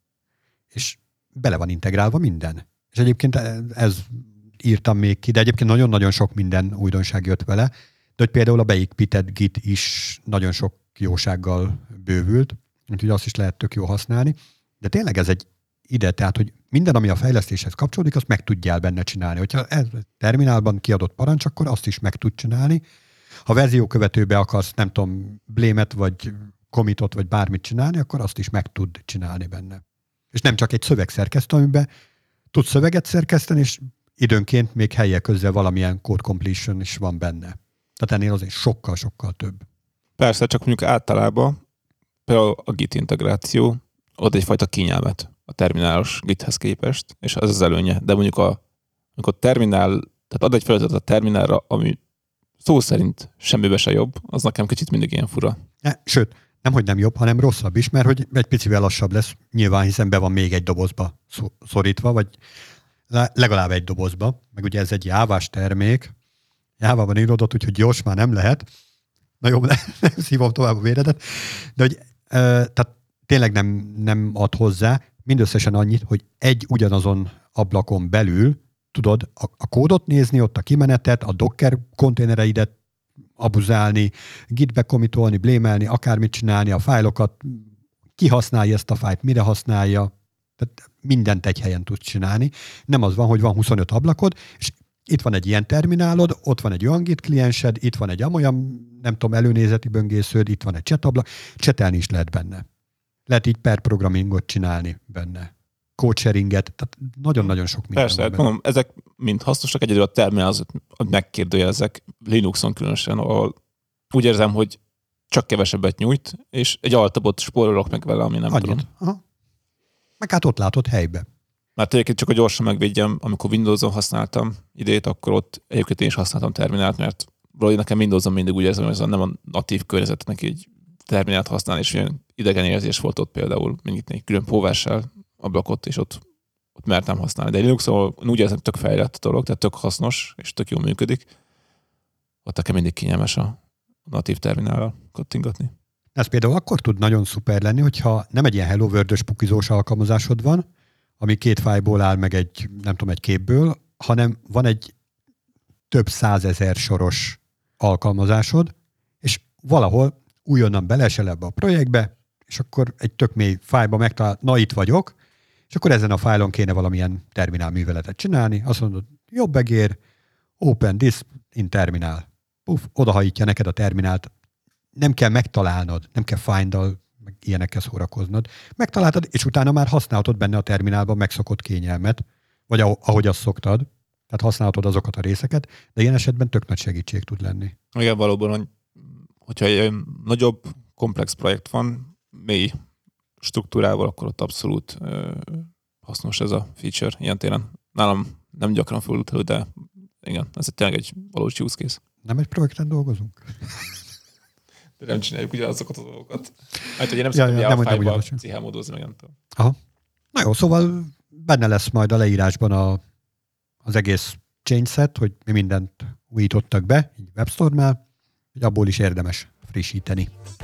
És bele van integrálva minden. És egyébként ez írtam még ki, de egyébként nagyon-nagyon sok minden újdonság jött vele, de hogy például a beépített Git is nagyon sok jósággal bővült, úgyhogy azt is lehet tök jó használni. De tényleg ez egy ide, tehát hogy minden, ami a fejlesztéshez kapcsolódik, azt meg tudjál benne csinálni. Hogyha ez terminálban kiadott parancs, akkor azt is meg tud csinálni. Ha verziókövetőbe akarsz, nem tudom, blémet, vagy commitot, vagy bármit csinálni, akkor azt is meg tud csinálni benne. És nem csak egy szövegszerkesztő, amiben tudsz szöveget szerkeszteni, és időnként még helye közzel valamilyen code completion is van benne. Tehát ennél azért sokkal-sokkal több. Persze, csak mondjuk általában például a Git integráció ad egyfajta kényelmet a terminálos Githez képest, és ez az előnye. De mondjuk a, amikor terminál, tehát ad egy feladatot a terminálra, ami szó szerint semmibe se jobb, az nekem kicsit mindig ilyen fura. Ne, sőt, nem, hogy nem jobb, hanem rosszabb is, mert hogy egy picivel lassabb lesz, nyilván, hiszen be van még egy dobozba szorítva, vagy legalább egy dobozba, meg ugye ez egy jávás termék, jávában íródott, úgyhogy gyors már nem lehet. Na jó, nem szívom tovább a véredet, de hogy e, tehát tényleg nem, nem ad hozzá mindösszesen annyit, hogy egy ugyanazon ablakon belül tudod a, a kódot nézni, ott a kimenetet, a Docker konténereidet abuzálni, gitbe commitolni, blémelni, akármit csinálni, a fájlokat, ki használja ezt a fájlt, mire használja, tehát mindent egy helyen tudsz csinálni. Nem az van, hogy van huszonöt ablakod, és itt van egy ilyen terminálod, ott van egy olyan Git kliensed, itt van egy amolyan, nem tudom, előnézeti böngésződ, itt van egy chat ablak, csetelni is lehet benne. Lehet így per programmingot csinálni benne. Code sharinget, tehát nagyon-nagyon sok minden. Persze, hát mondom, ezek mind hasznosak, egyedül a terminál az, hogy megkérdőjelezek, Linuxon különösen, ahol úgy érzem, hogy csak kevesebbet nyújt, és egy altabot spórolok meg vele, ami nem Annyit. tudom. Aha. Meg hát ott látod helybe. Mert egyébként csak a gyorsan megvédjem, amikor Windowson használtam idét, akkor ott egyébként én is használtam terminált, mert valahogy nekem Windowson mindig úgy érzem, hogy ez nem a natív környezet neki egy terminált használni, és olyan idegen érzés volt ott például, mindig egy külön póvással ablakot, és ott, ott mertem használni. De Linuxon úgy érzem, tök fejlett a dolog, tehát tök hasznos, és tök jól működik. Ott nekem mindig kényelmes a natív terminállal kattingatni. Ez például akkor tud nagyon szuper lenni, hogyha nem egy ilyen Hello World-ös pukizós alkalmazásod van, ami két fájlból áll meg egy, nem tudom, egy képből, hanem van egy több százezer soros alkalmazásod, és valahol újonnan belesel ebbe a projektbe, és akkor egy tök mély fájlba megtalál, na itt vagyok, és akkor ezen a fájlon kéne valamilyen terminál műveletet csinálni, azt mondod, jobb egér, open this in terminál. Puff, odahajítja neked a terminált, nem kell megtalálnod, nem kell find-dal, meg ilyenekkel szórakoznod. Megtaláltad, és utána már használhatod benne a terminálban megszokott kényelmet, vagy ahogy azt szoktad, tehát használhatod azokat a részeket, de ilyen esetben tök nagy segítség tud lenni. Igen, valóban, hogyha egy nagyobb, komplex projekt van, mély struktúrával, akkor ott abszolút ö, hasznos ez a feature ilyen téren. Nálam nem gyakran fordult elő, de igen, ez tényleg egy valós use case. Nem egy projekten dolgozunk? De nem csináljuk ugyanazokat a dolgokat. Hát, hogy én nem ja, szoktam ja, jár nem, fájlba nem cihálmódozni, meg nem tudom. Aha. Na jó, szóval benne lesz majd a leírásban a, az egész change set, hogy mi mindent újítottak be, így WebStorm-nál, hogy abból is érdemes frissíteni.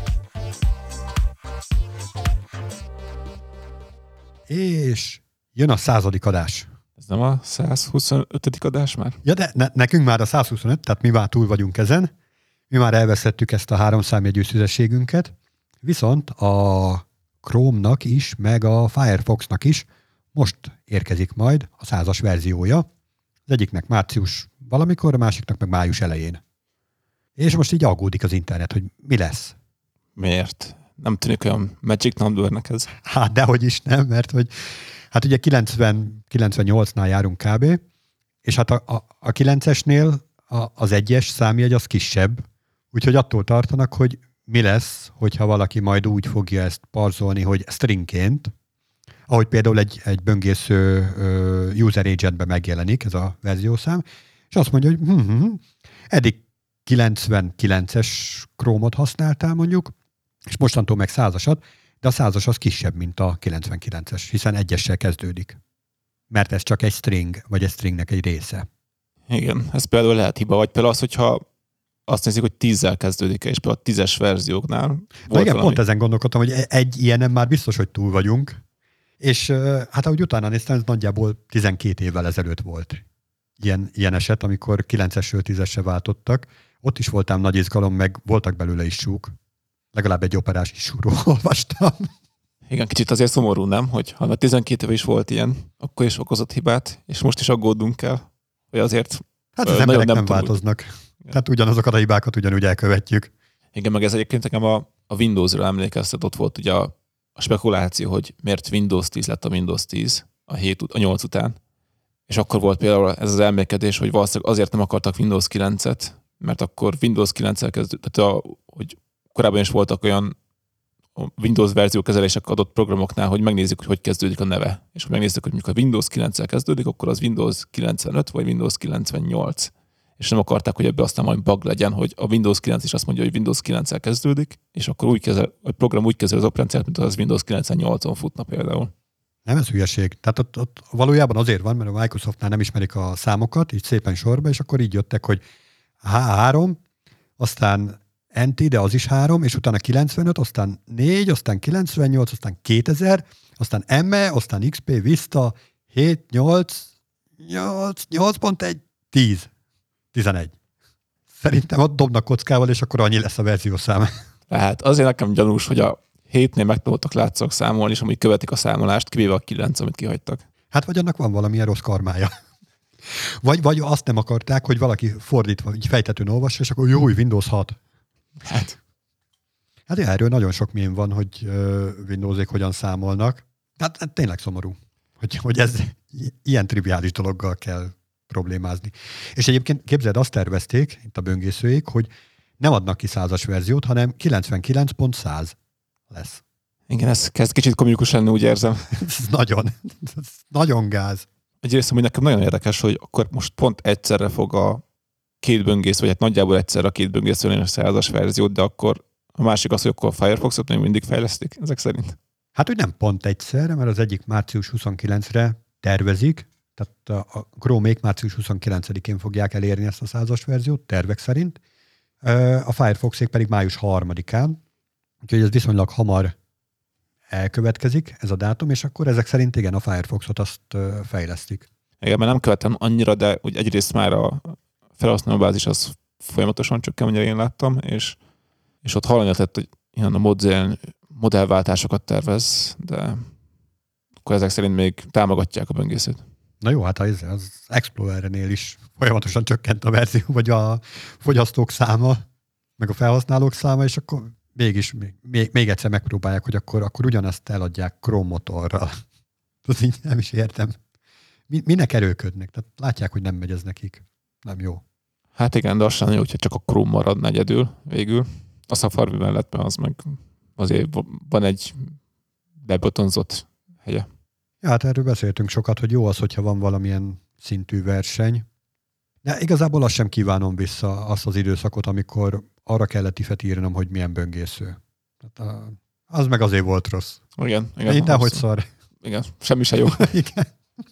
És jön a századik adás. Ez nem a száz huszonötödik adás már? Ja, de ne, nekünk már a száz huszonöt, tehát mi már túl vagyunk ezen. Mi már elveszettük ezt a három számjegyű szüzességünket, viszont a Chrome-nak is, meg a Firefox-nak is most érkezik majd a százas verziója. Az egyiknek március valamikor, a másiknak meg május elején. És most így aggódik az internet, hogy mi lesz. Miért? Nem tűnik olyan magic numbernek ez? Hát dehogy is nem, mert hogy hát ugye kilencven kilencvennyolcnál járunk kb. És hát a, a, a kilencesnél a, az egyes számjegy az kisebb, úgyhogy attól tartanak, hogy mi lesz, hogyha valaki majd úgy fogja ezt parzolni, hogy stringként, ahogy például egy, egy böngésző uh, user agentben megjelenik ez a verziószám, és azt mondja, hogy hm, hm, eddig kilencvenkilences Chrome-ot használtál mondjuk, és mostantól meg százasat, de a százas az kisebb, mint a kilencvenkilences, hiszen egyessel kezdődik. Mert ez csak egy string, vagy egy stringnek egy része. Igen, ez például lehet hiba, vagy például az, hogyha azt nézik, hogy tízzel kezdődik, és például a tízes verzióknál. Na igen, valami... pont ezen gondolkodtam, hogy egy ilyenen már biztos, hogy túl vagyunk, és hát ahogy utána néztem, ez nagyjából tizenkét évvel ezelőtt volt ilyen, ilyen eset, amikor kilencesről tízesre váltottak. Ott is voltám nagy izgalom, meg voltak belőle is súk. Legalább egy operás is súról olvastam. Igen, kicsit azért szomorú, nem? Hogy ha már tizenkét éve is volt ilyen, akkor is okozott hibát, és most is aggódunk kell, hogy azért Hát az emberek nem, nem változnak. Igen. Tehát ugyanazokat a hibákat ugyanúgy elkövetjük. Igen, meg ez egyébként nekem a, a Windows-ra emlékeztet, ott volt ugye a, a spekuláció, hogy miért Windows tíz lett a Windows tíz a, hét, a nyolc után. És akkor volt például ez az elmélkedés, hogy valószínűleg azért nem akartak Windows kilencet, mert akkor Windows kilenccel kezdődött, tehát a, hogy korábban is voltak olyan Windows verziókezelések adott programoknál, hogy megnézzük, hogy hogy kezdődik a neve. És ha megnézzük, hogy mikor Windows kilenccel kezdődik, akkor az Windows kilencvenöt vagy Windows kilencvennyolc. És nem akarták, hogy ebbe aztán majd bug legyen, hogy a Windows kilenc is azt mondja, hogy Windows kilenccel kezdődik, és akkor úgy kezel, a program úgy kezel az operandját, mint az Windows kilencvennyolcon futna például. Nem, ez hülyeség. Tehát ott, ott valójában azért van, mert a Microsoftnál nem ismerik a számokat, így szépen sorba, és akkor így jöttek, hogy há három, aztán en té, de az is három, és utána kilencvenöt, aztán négy, aztán kilencvennyolc, aztán kétezer, aztán em e, aztán iksz pé, Vista, hét, nyolc, nyolc, nyolc pont egy, tíz, tizenegy. Szerintem ott dobnak kockával, és akkor annyi lesz a verziószám. Tehát azért nekem gyanús, hogy a hétnél megtanultak látszók számolni, és amúgy követik a számolást, kivéve a kilenc, amit kihagytak. Hát vagy annak van valamilyen rossz karmája. Vagy, vagy azt nem akarták, hogy valaki fordítva, így fejtetőn olvassa, és akkor jó, Windows hat. Hát, hát erről nagyon sok mém van, hogy uh, Windowsék hogyan számolnak. Hát, hát tényleg szomorú, hogy, hogy ez ilyen triviális dologgal kell problémázni. És egyébként képzeld, azt tervezték, itt a böngészőik, hogy nem adnak ki százas verziót, hanem kilencvenkilenc pont száz lesz. Igen, ez kezd kicsit komikus lenni, úgy érzem. ez nagyon, ez nagyon gáz. Egyrészt, hogy nekem nagyon érdekes, hogy akkor most pont egyszerre fog a két böngész, vagy hát nagyjából egyszerre a két böngész lenni a százas verziót, de akkor a másik az, hogy akkor a Firefoxot még mindig fejlesztik, ezek szerint. Hát, hogy nem pont egyszerre, mert az egyik március huszonkilencedikére tervezik, tehát a Chrome-ék március huszonkilencedikén fogják elérni ezt a százas verziót, tervek szerint. A Firefoxék pedig május harmadikán, úgyhogy ez viszonylag hamar elkövetkezik, ez a dátum, és akkor ezek szerint igen, a Firefoxot azt fejlesztik. Igen, mert nem követem annyira, de úgy egyrészt már a felhasználóbázis az folyamatosan csökken, ugye én láttam, és, és ott hallani tett, hogy ilyen a Mozilla modellváltásokat tervez, de akkor ezek szerint még támogatják a böngészőt. Na jó, hát az, az Explorer-nél is folyamatosan csökkent a verzió, vagy a fogyasztók száma, meg a felhasználók száma, és akkor mégis még, még egyszer megpróbálják, hogy akkor, akkor ugyanezt eladják Chrome motorral. Tudod, így nem is értem. Mi, minek erőködnek? Tehát látják, hogy nem megy ez nekik. Nem jó. Hát igen, de az sem jó, hogyha csak a Chrome marad negyedül végül. A Safari mellett, mert az meg azért van egy bebotonzott helye. Ja, hát erről beszéltünk sokat, hogy jó az, hogyha van valamilyen szintű verseny. De igazából azt sem kívánom vissza, azt az időszakot, amikor arra kellett ifet írnom, hogy milyen böngésző. Tehát a, az meg azért volt rossz. Igen. igen Mindenhogy szar. Igen, semmi se jó. Igen.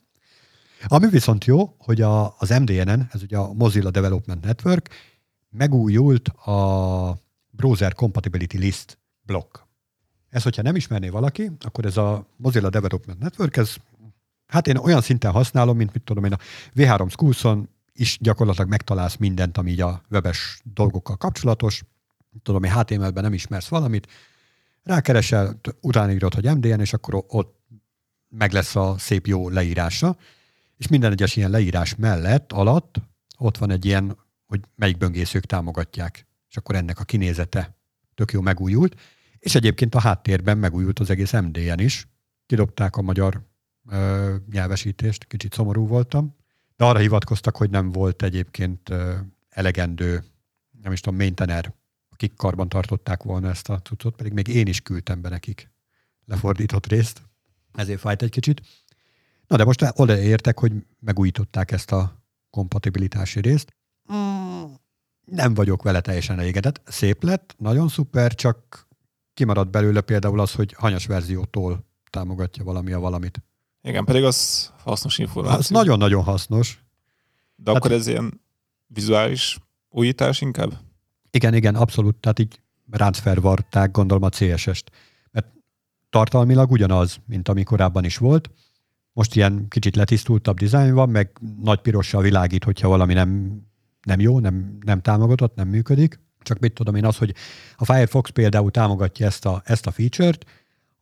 Ami viszont jó, hogy a, az em dé en-en, ez ugye a Mozilla Development Network, megújult a Browser Compatibility List blokk. Ez, hogyha nem ismerné valaki, akkor ez a Mozilla Development Network, ez, hát én olyan szinten használom, mint mit tudom én, a vé három Schools-on is gyakorlatilag megtalálsz mindent, ami így a webes dolgokkal kapcsolatos. Tudom, hogy há té em el-ben nem ismersz valamit, rákeresel, utána írod, hogy em dé en, és akkor ott meg lesz a szép jó leírása. És minden egyes ilyen leírás mellett, alatt ott van egy ilyen, hogy melyik böngészők támogatják. És akkor ennek a kinézete tök jó megújult. És egyébként a háttérben megújult az egész em dé en is. Kidobták a magyar ö, nyelvesítést, kicsit szomorú voltam. De arra hivatkoztak, hogy nem volt egyébként ö, elegendő, nem is tudom, maintainer, akik karban tartották volna ezt a cuccot, pedig még én is küldtem be nekik lefordított részt. Ezért fájt egy kicsit. Na de most odaértek, hogy megújították ezt a kompatibilitási részt. Mm, nem vagyok vele teljesen elégedett. Szép lett, nagyon szuper, csak kimaradt belőle például az, hogy hanyas verziótól támogatja valami a valamit. Igen, pedig az hasznos információ. Az nagyon-nagyon hasznos. De hát, akkor ez ilyen vizuális újítás inkább? Igen, igen, abszolút. Tehát így ráncfelvarták, gondolom a cé es est. Mert tartalmilag ugyanaz, mint ami korábban is volt. Most ilyen kicsit letisztultabb dizájn van, meg nagy pirossal világít, hogyha valami nem, nem jó, nem, nem támogatott, nem működik. Csak mit tudom én az, hogy a Firefox például támogatja ezt a, ezt a feature-t,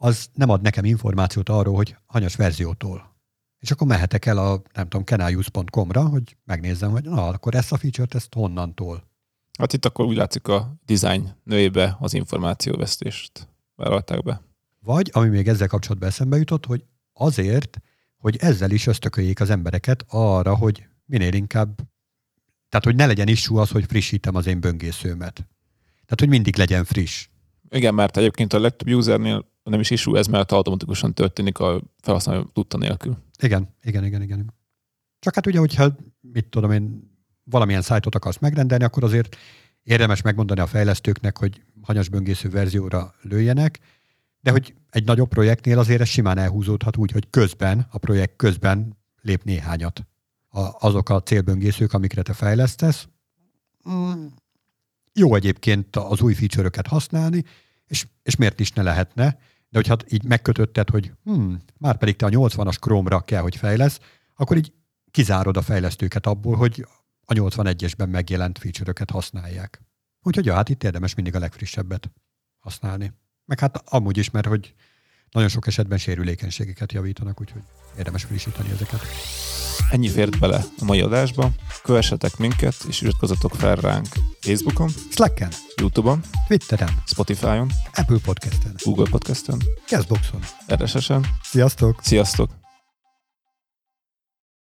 az nem ad nekem információt arról, hogy hanyas verziótól. És akkor mehetek el a, nem tudom, canaluse pont com-ra, hogy megnézzem, hogy na, akkor ezt a feature-t, ezt honnantól. Hát itt akkor úgy látszik a design nőjébe az információvesztést vállalták be. Vagy, ami még ezzel kapcsolatban eszembe jutott, hogy azért, hogy ezzel is ösztököljék az embereket arra, hogy minél inkább, tehát hogy ne legyen issue az, hogy frissítem az én böngészőmet. Tehát, hogy mindig legyen friss. Igen, mert egyébként a legtöbb usernél nem is issue ez, mert automatikusan történik a felhasználó tudta nélkül. Igen, igen, igen, igen. Csak hát ugye, hogyha, mit tudom én, valamilyen szájtot akarsz megrendelni, akkor azért érdemes megmondani a fejlesztőknek, hogy hanyas böngésző verzióra lőjenek, de hogy egy nagyobb projektnél azért ez simán elhúzódhat úgy, hogy közben, a projekt közben lép néhányat. A, azok a célböngészők, amikre te fejlesztesz, mm, jó egyébként az új feature-öket használni, és, és miért is ne lehetne, de hogyha így megkötötted, hogy hm, már pedig te a nyolcvanas Chrome-ra kell, hogy fejlesz, akkor így kizárod a fejlesztőket abból, hogy a nyolcvanegyesben megjelent feature-öket használják. Úgyhogy ja, hát itt érdemes mindig a legfrissebbet használni. Meg hát amúgy is, mert hogy nagyon sok esetben sérülékenységeket javítanak, úgyhogy érdemes frissíteni ezeket. Ennyi fért bele a mai adásba. Kövessetek minket, és iratkozzatok fel ránk Facebookon, Slacken, YouTube-on, Twitteren, Spotify-on, Apple Podcasten, Google Podcasten, Castboxon. er es es-en. Sziasztok! Sziasztok!